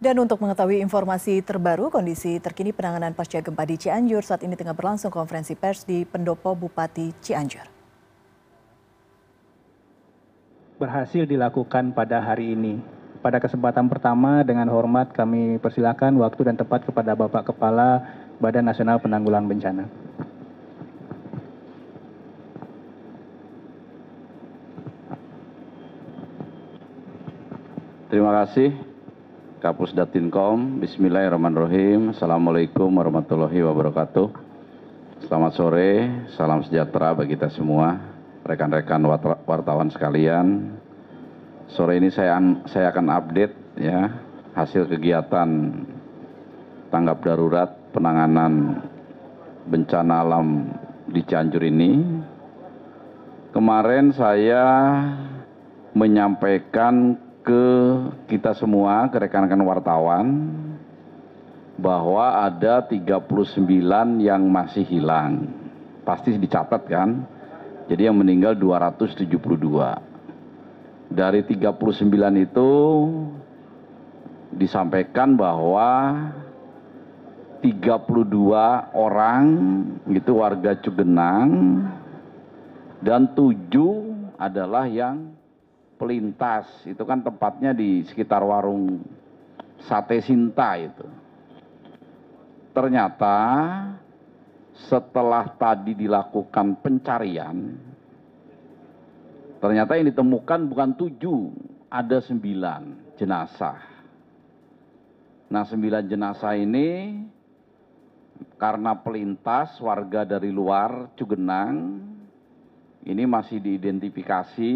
Dan untuk mengetahui informasi terbaru, kondisi terkini penanganan pasca gempa di Cianjur, saat ini tengah berlangsung konferensi pers di Pendopo Bupati Cianjur. Berhasil dilakukan pada hari ini. Pada kesempatan pertama, dengan hormat kami persilakan waktu dan tempat kepada Bapak Kepala Badan Nasional Penanggulangan Bencana. Terima kasih Kapus Datinkom. Bismillahirrahmanirrahim. Assalamualaikum warahmatullahi wabarakatuh. Selamat sore, salam sejahtera bagi kita semua, rekan-rekan wartawan sekalian. Sore ini saya akan update ya hasil kegiatan tanggap darurat penanganan bencana alam di Cianjur ini. Kemarin saya menyampaikan ke kita semua, ke rekan-rekan wartawan, bahwa ada 39 yang masih hilang. Pasti dicatat kan? Jadi yang meninggal 272. Dari 39 itu disampaikan bahwa 32 orang itu warga Cugenang dan 7 adalah yang pelintas. Itu kan tempatnya di sekitar warung Sate Sinta itu. Ternyata setelah tadi dilakukan pencarian, ternyata yang ditemukan bukan 7, ada 9 jenazah. Nah, 9 jenazah ini karena pelintas warga dari luar Cugenang, ini masih diidentifikasi.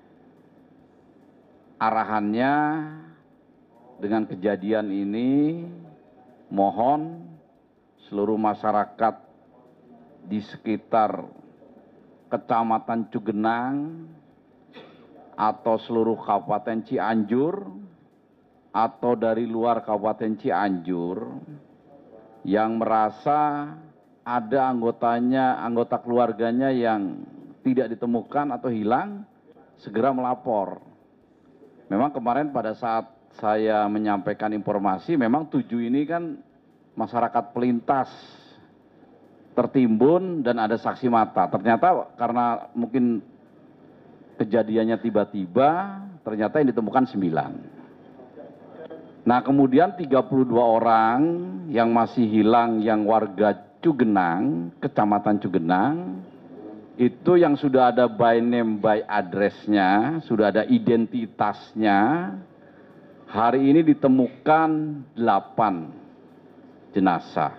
Arahannya dengan kejadian ini, mohon seluruh masyarakat di sekitar Kecamatan Cugenang atau seluruh Kabupaten Cianjur atau dari luar Kabupaten Cianjur yang merasa ada anggota keluarganya yang tidak ditemukan atau hilang, segera melapor. Memang kemarin pada saat saya menyampaikan informasi, memang 7 ini kan masyarakat pelintas tertimbun dan ada saksi mata. Ternyata karena mungkin kejadiannya tiba-tiba, ternyata yang ditemukan 9. Nah, kemudian 32 orang yang masih hilang yang warga Cugenang, Kecamatan Cugenang, itu yang sudah ada by name by address-nya, sudah ada identitasnya. Hari ini ditemukan 8 jenazah.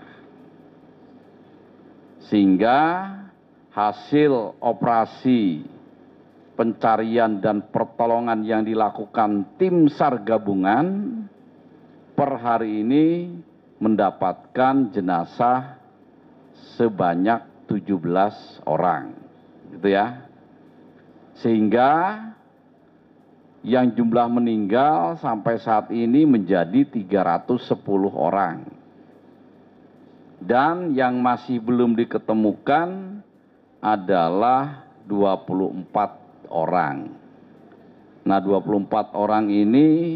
Sehingga hasil operasi pencarian dan pertolongan yang dilakukan tim SAR gabungan per hari ini mendapatkan jenazah sebanyak 17 orang. Gitu ya. Sehingga yang jumlah meninggal sampai saat ini menjadi 310 orang. Dan yang masih belum diketemukan adalah 24 orang. Nah, 24 orang ini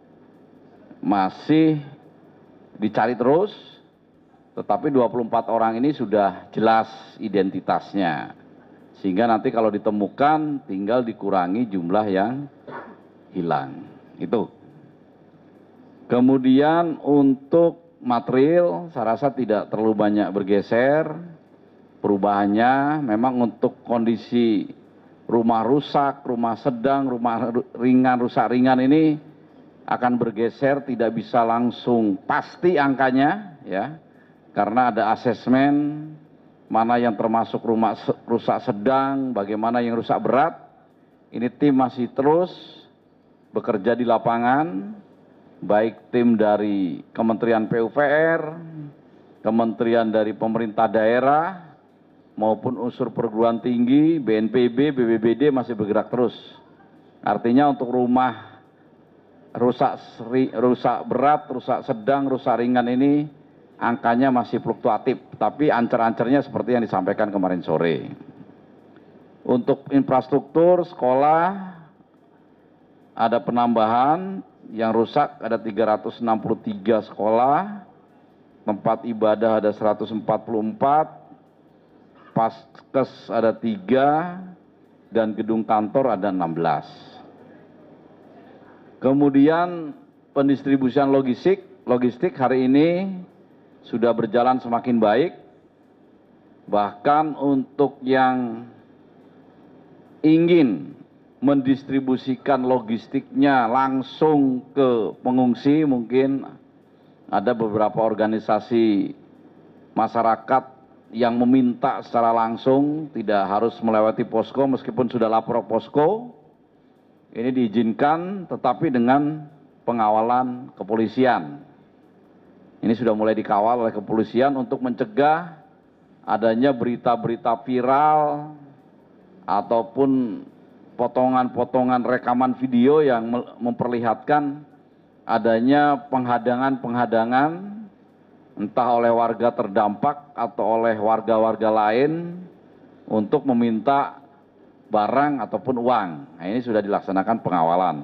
masih dicari terus, tetapi 24 orang ini sudah jelas identitasnya. Sehingga nanti kalau ditemukan tinggal dikurangi jumlah yang hilang. Itu. Kemudian untuk material saya rasa tidak terlalu banyak bergeser. Perubahannya memang untuk kondisi rumah rusak, rumah sedang, rumah ringan, rusak ringan ini akan bergeser, tidak bisa langsung pasti angkanya ya. Karena ada asesmen mana yang termasuk rumah rusak sedang, bagaimana yang rusak berat. Ini tim masih terus bekerja di lapangan, baik tim dari Kementerian PUPR, Kementerian dari pemerintah daerah, maupun unsur perguruan tinggi, BNPB, BPBD masih bergerak terus. Artinya untuk rumah rusak berat, rusak sedang, rusak ringan ini angkanya masih fluktuatif, tapi ancar-ancarnya seperti yang disampaikan kemarin sore. Untuk infrastruktur sekolah ada penambahan yang rusak ada 363 sekolah, tempat ibadah ada 144, paskes ada 3, dan gedung kantor ada 16. Kemudian pendistribusian logistik hari ini sudah berjalan semakin baik. Bahkan untuk yang ingin mendistribusikan logistiknya langsung ke pengungsi, mungkin ada beberapa organisasi masyarakat yang meminta secara langsung, tidak harus melewati posko meskipun sudah lapor posko. Ini diizinkan tetapi dengan pengawalan kepolisian. Ini sudah mulai dikawal oleh kepolisian untuk mencegah adanya berita-berita viral ataupun potongan-potongan rekaman video yang memperlihatkan adanya penghadangan-penghadangan entah oleh warga terdampak atau oleh warga-warga lain untuk meminta barang ataupun uang. Nah, ini sudah dilaksanakan pengawalan.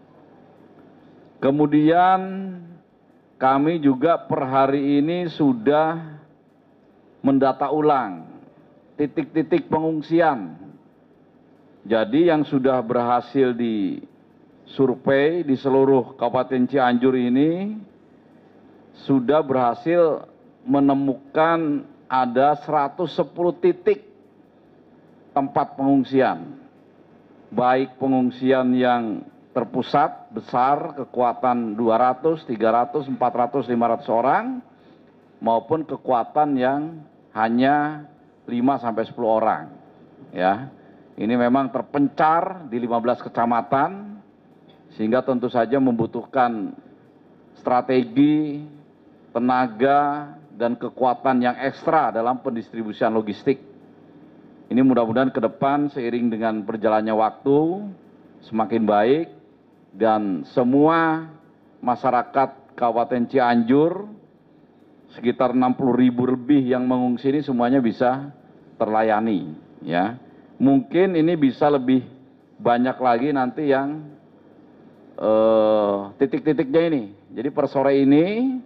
Kemudian kami juga per hari ini sudah mendata ulang titik-titik pengungsian. Jadi yang sudah berhasil disurvei di seluruh Kabupaten Cianjur ini sudah berhasil menemukan ada 110 titik tempat pengungsian. Baik pengungsian yang terpusat, besar, kekuatan 200, 300, 400, 500 orang, maupun kekuatan yang hanya 5-10 orang. Ya, ini memang terpencar di 15 kecamatan, sehingga tentu saja membutuhkan strategi, tenaga, dan kekuatan yang ekstra dalam pendistribusian logistik. Ini mudah-mudahan ke depan seiring dengan berjalannya waktu semakin baik dan semua masyarakat Kabupaten Cianjur sekitar 60.000 lebih yang mengungsi ini semuanya bisa terlayani. Ya, mungkin ini bisa lebih banyak lagi nanti yang titik-titiknya ini. Jadi per sore ini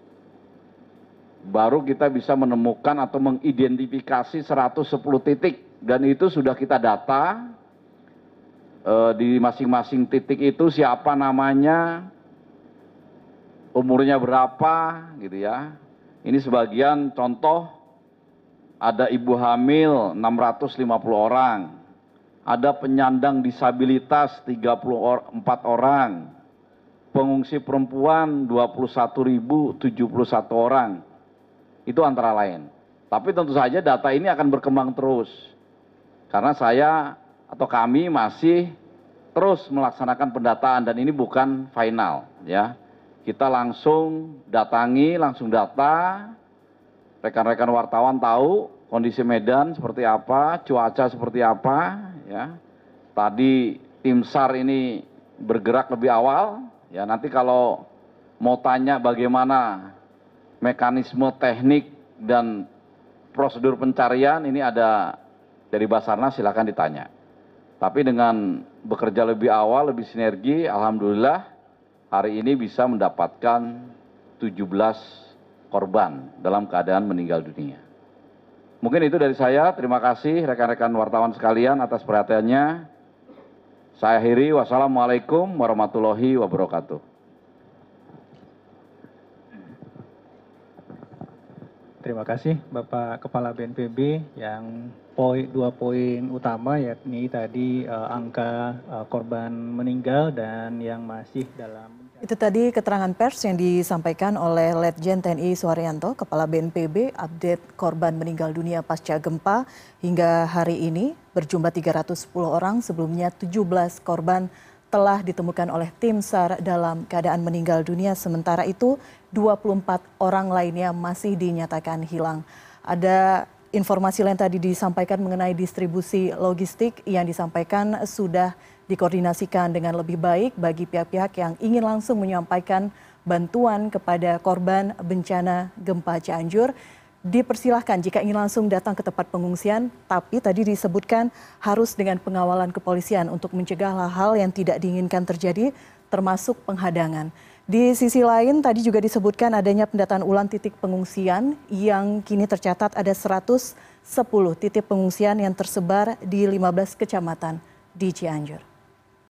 baru kita bisa menemukan atau mengidentifikasi 110 titik dan itu sudah kita data di masing-masing titik itu siapa namanya, umurnya berapa gitu ya. Ini sebagian contoh, ada ibu hamil 650 orang, ada penyandang disabilitas 34 orang, pengungsi perempuan 21.071 orang. Itu antara lain. Tapi tentu saja data ini akan berkembang terus. Karena saya atau kami masih terus melaksanakan pendataan dan ini bukan final ya. Kita langsung datangi, langsung data. Rekan-rekan wartawan tahu kondisi medan seperti apa, cuaca seperti apa ya. Tadi tim SAR ini bergerak lebih awal ya, nanti kalau mau tanya bagaimana mekanisme teknik dan prosedur pencarian ini ada dari Basarnas, silakan ditanya. Tapi dengan bekerja lebih awal, lebih sinergi, alhamdulillah hari ini bisa mendapatkan 17 korban dalam keadaan meninggal dunia. Mungkin itu dari saya. Terima kasih rekan-rekan wartawan sekalian atas perhatiannya. Saya akhiri. Wassalamualaikum warahmatullahi wabarakatuh. Terima kasih Bapak Kepala BNPB yang dua poin utama yakni tadi angka korban meninggal dan yang masih dalam. Itu tadi keterangan pers yang disampaikan oleh Letjen TNI Suharyanto, Kepala BNPB, update korban meninggal dunia pasca gempa hingga hari ini berjumlah 310 orang, sebelumnya 17 korban telah ditemukan oleh tim SAR dalam keadaan meninggal dunia, sementara itu 24 orang lainnya masih dinyatakan hilang. Ada informasi lain tadi disampaikan mengenai distribusi logistik yang disampaikan sudah dikoordinasikan dengan lebih baik bagi pihak-pihak yang ingin langsung menyampaikan bantuan kepada korban bencana gempa Cianjur. Dipersilahkan jika ingin langsung datang ke tempat pengungsian, tapi tadi disebutkan harus dengan pengawalan kepolisian untuk mencegah hal-hal yang tidak diinginkan terjadi, termasuk penghadangan. Di sisi lain, tadi juga disebutkan adanya pendataan ulang titik pengungsian yang kini tercatat ada 110 titik pengungsian yang tersebar di 15 kecamatan di Cianjur.